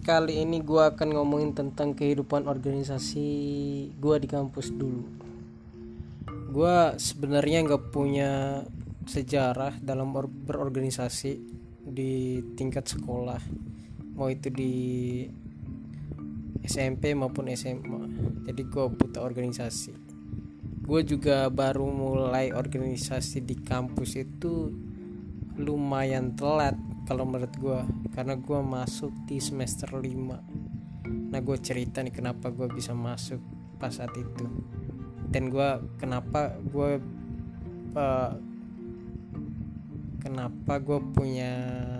kali ini gue akan ngomongin tentang kehidupan organisasi gue di kampus dulu. Gue sebenarnya nggak punya sejarah dalam berorganisasi di tingkat sekolah, mau itu di SMP maupun SMA. Jadi gue buta organisasi. Gue juga baru mulai organisasi di kampus itu lumayan telat kalau menurut gue, karena gue masuk di semester 5. Nah, gue cerita nih kenapa gue bisa masuk pas saat itu, dan kenapa gue punya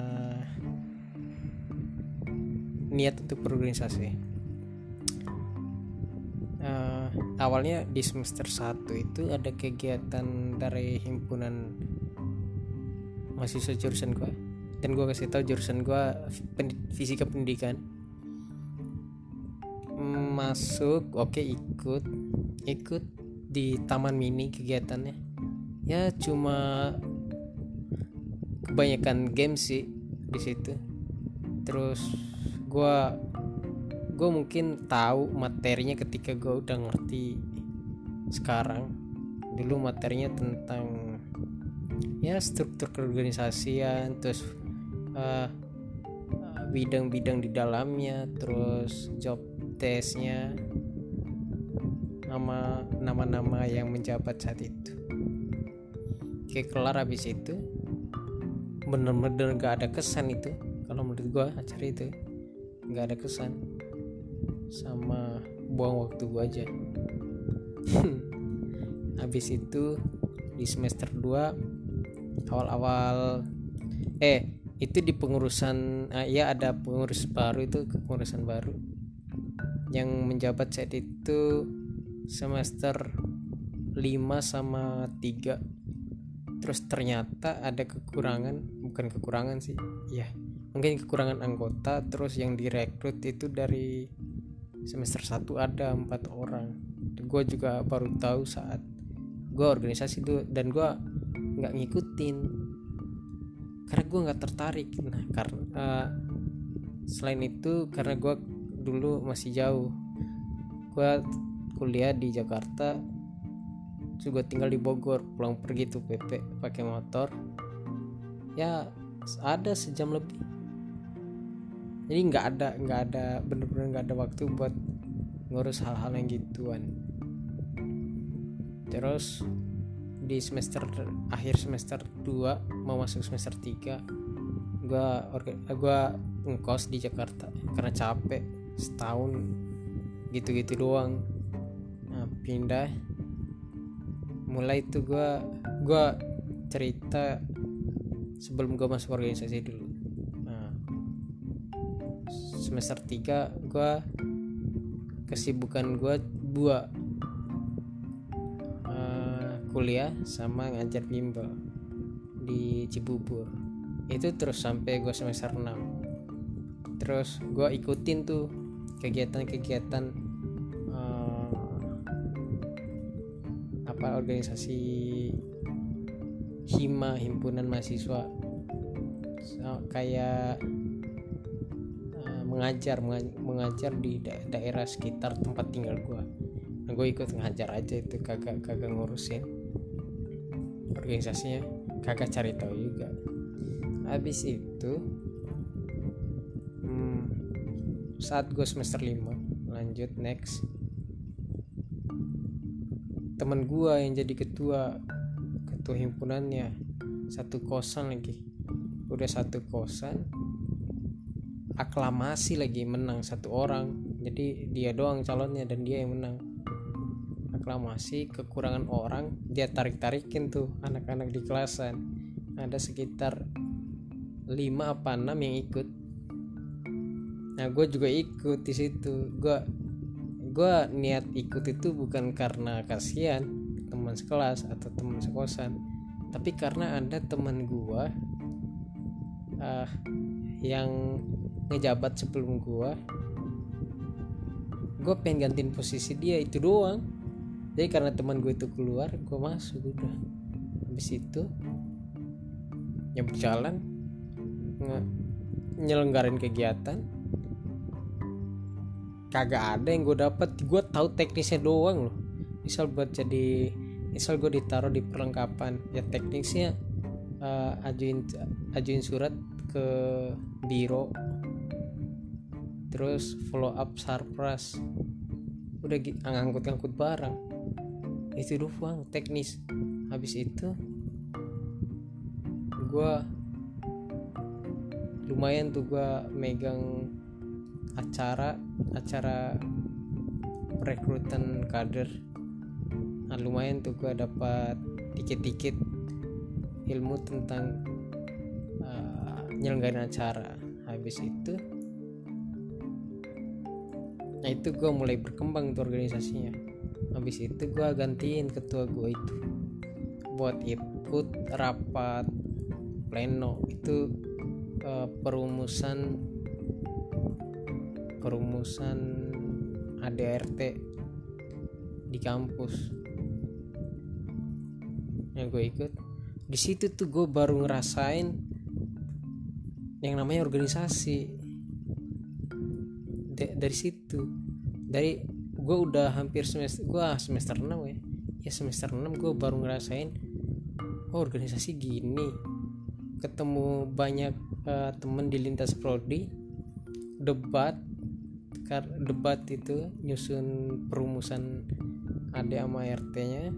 niat untuk berorganisasi. Awalnya di semester 1 itu ada kegiatan dari himpunan mahasiswa jurusan gue, dan gue kasih tahu jurusan gue fisika pendidikan. Masuk, oke, ikut di taman mini kegiatannya. Ya cuma kebanyakan game sih di situ. Terus gue mungkin tahu materinya ketika gue udah ngerti sekarang. Dulu materinya tentang ya struktur keorganisasian, terus bidang-bidang di dalamnya, terus job testnya, nama-nama yang menjabat saat itu. Kayak kelar habis itu bener-bener gak ada kesan itu. Kalau menurut gue acara itu gak ada kesan, sama buang waktu gue aja. Habis itu di semester 2 awal-awal itu di pengurusan ya ada pengurus baru, itu kepengurusan baru yang menjabat saat itu semester 5 sama 3. Terus ternyata ada bukan kekurangan sih ya, mungkin kekurangan anggota. Terus yang direkrut itu dari semester 1 ada 4 orang. Gue juga baru tahu saat gue organisasi itu, dan gue nggak ngikutin karena gue nggak tertarik. Nah, karena selain itu karena gue dulu masih jauh, gue kuliah di Jakarta, juga tinggal di Bogor, pulang pergi tuh PP pakai motor ya ada sejam lebih. Jadi nggak ada bener-bener nggak ada waktu buat ngurus hal-hal yang gituan. Terus di akhir semester 2 mau masuk semester 3 gue ngekos di Jakarta karena capek setahun gitu-gitu doang. Nah, pindah. Mulai itu gue cerita sebelum gue masuk organisasi dulu. Nah, semester 3 kesibukan gue kuliah sama ngajar bimbel di Cibubur. Itu terus sampai gue semester 6. Terus gue ikutin tuh kegiatan-kegiatan organisasi himpunan mahasiswa, kayak mengajar di daerah sekitar tempat tinggal gue. Nah, gue ikut ngajar aja itu, kagak ngurusin organisasinya, kagak cari tahu juga. Habis itu saat gue semester 5 lanjut next, teman gue yang jadi ketua himpunannya satu kosan lagi, udah satu kosan, aklamasi lagi, menang satu orang. Jadi dia doang calonnya dan dia yang menang. Aklamasi, kekurangan orang, dia tarik-tarikin tuh anak-anak di kelasan. Ada sekitar 5 apa 6 yang ikut. Nah, gue juga ikut di situ. Gue niat ikut itu bukan karena kasihan teman sekelas atau teman sekosan, tapi karena ada teman gue yang ngejabat sebelum gue pengen gantiin posisi dia, itu doang. Jadi karena teman gue itu keluar, gue masuk udah. Habis itu yang berjalan nyelenggarain kegiatan, kagak ada yang gue dapat. Gue tahu teknisnya doang loh. Misal gue ditaruh di perlengkapan ya, teknisnya ajuin surat ke biro, terus follow up sarpras, udah ngangkut barang, itu doang teknis. Habis itu gue lumayan tuh gue megang acara perekrutan kader. Nah, lumayan tuh gue dapat dikit-dikit ilmu tentang nyelenggarain acara. Habis itu nah itu gue mulai berkembang tuh organisasinya. Habis itu gue gantiin ketua gue itu buat ikut rapat pleno, itu perumusan ADRT di kampus yang gue ikut. Di situ tuh gue baru ngerasain yang namanya organisasi. Dari situ, dari gue udah hampir semester 6 ya semester 6 gue baru ngerasain organisasi gini. Ketemu banyak temen di lintas prodi, debat itu nyusun perumusan AD sama RT-nya.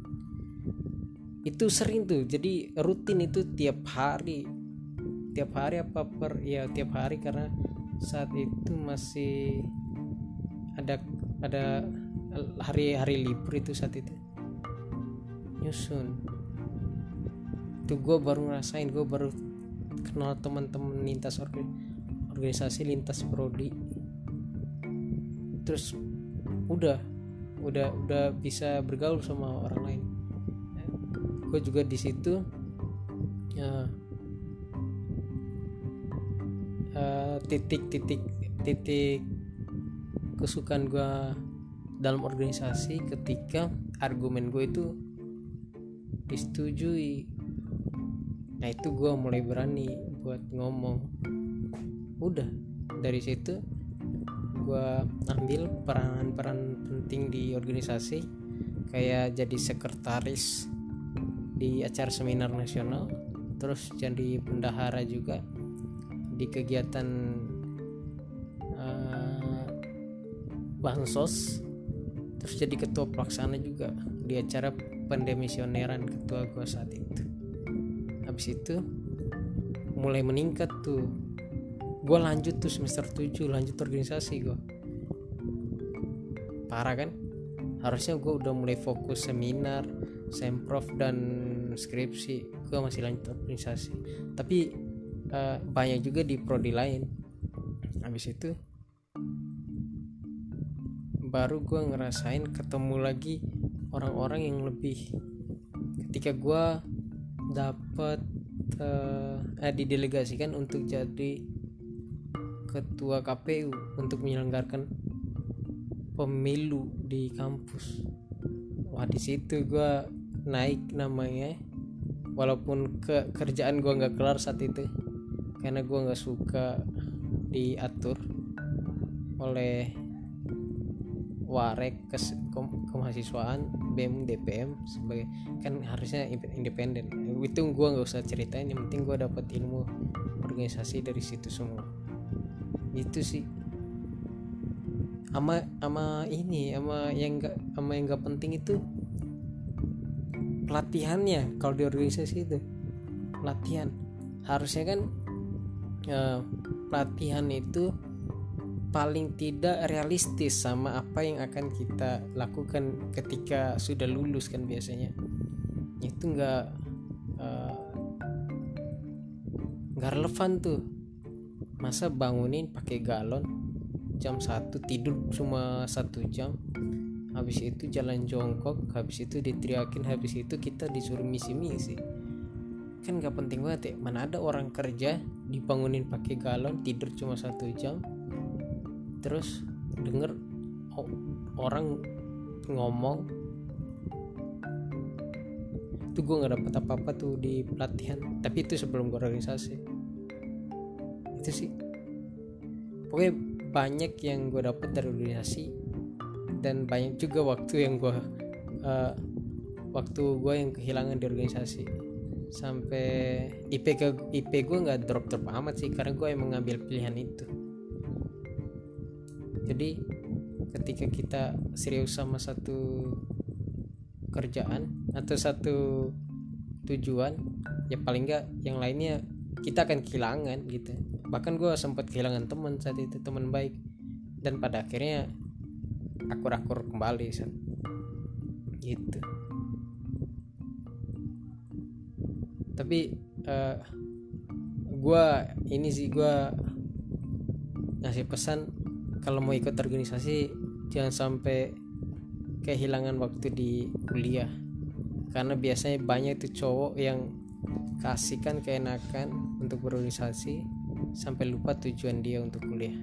Itu sering tuh, jadi rutin itu tiap hari apa tiap hari, karena saat itu masih ada hari libur itu saat itu nyusun. Itu gue baru ngerasain, gue baru kenal teman-teman lintas organisasi lintas prodi. Terus udah bisa bergaul sama orang lain. Gue juga di situ titik kesukaan gue dalam organisasi ketika argumen gue itu disetujui. Nah itu gue mulai berani buat ngomong. Udah dari situ gue ambil peran penting di organisasi, kayak jadi sekretaris di acara seminar nasional, terus jadi bendahara juga di kegiatan bansos, terus jadi ketua pelaksana juga di acara pendemisioneran ketua gue saat itu. Habis itu mulai meningkat tuh, gue lanjut tuh semester 7 lanjut organisasi gue. Parah kan, harusnya gue udah mulai fokus seminar, semprov dan skripsi, gue masih lanjut organisasi, tapi banyak juga di prodi lain. Habis itu baru gue ngerasain ketemu lagi orang-orang yang lebih. Ketika gue dapet didelegasikan untuk jadi ketua KPU untuk menyelenggarakan pemilu di kampus. Wah di situ gue naik namanya, walaupun kerjaan gue nggak kelar saat itu karena gue nggak suka diatur oleh warek kemahasiswaan BEM DPM sebagai, kan harusnya independen. Itu gue nggak usah ceritain, yang penting gue dapat ilmu organisasi dari situ semua. Itu sih ama yang nggak penting itu pelatihannya. Kalau di organisasi itu pelatihan harusnya kan pelatihan itu paling tidak realistis sama apa yang akan kita lakukan ketika sudah lulus kan. Biasanya itu nggak relevan tuh. Masa bangunin pakai galon jam 1, tidur cuma 1 jam, habis itu jalan jongkok, habis itu diteriakin, habis itu kita disuruh misi-misi. Kan nggak penting banget ya. Mana ada orang kerja dibangunin pakai galon, tidur cuma 1 jam, terus denger orang ngomong. Itu gue nggak dapet apa-apa tuh di pelatihan, tapi itu sebelum gue organisasi. Itu sih pokoknya banyak yang gue dapat dari organisasi, dan banyak juga waktu yang gue yang kehilangan di organisasi. Sampai IP gue nggak drop amat sih, karena gue emang ngambil pilihan itu. Jadi ketika kita serius sama satu kerjaan atau satu tujuan, ya paling nggak yang lainnya kita akan kehilangan gitu. Bahkan gue sempat kehilangan teman saat itu, teman baik, dan pada akhirnya akur kembali gitu. Tapi gue ngasih pesan, kalau mau ikut organisasi jangan sampai kehilangan waktu di kuliah, karena biasanya banyak tuh cowok yang kasihkan keenakan untuk berorganisasi sampai lupa tujuan dia untuk kuliah.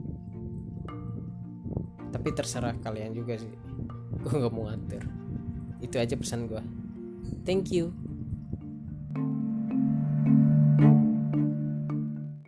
Tapi terserah kalian juga sih, gue gak mau ngatur. Itu aja pesan gue. Thank you.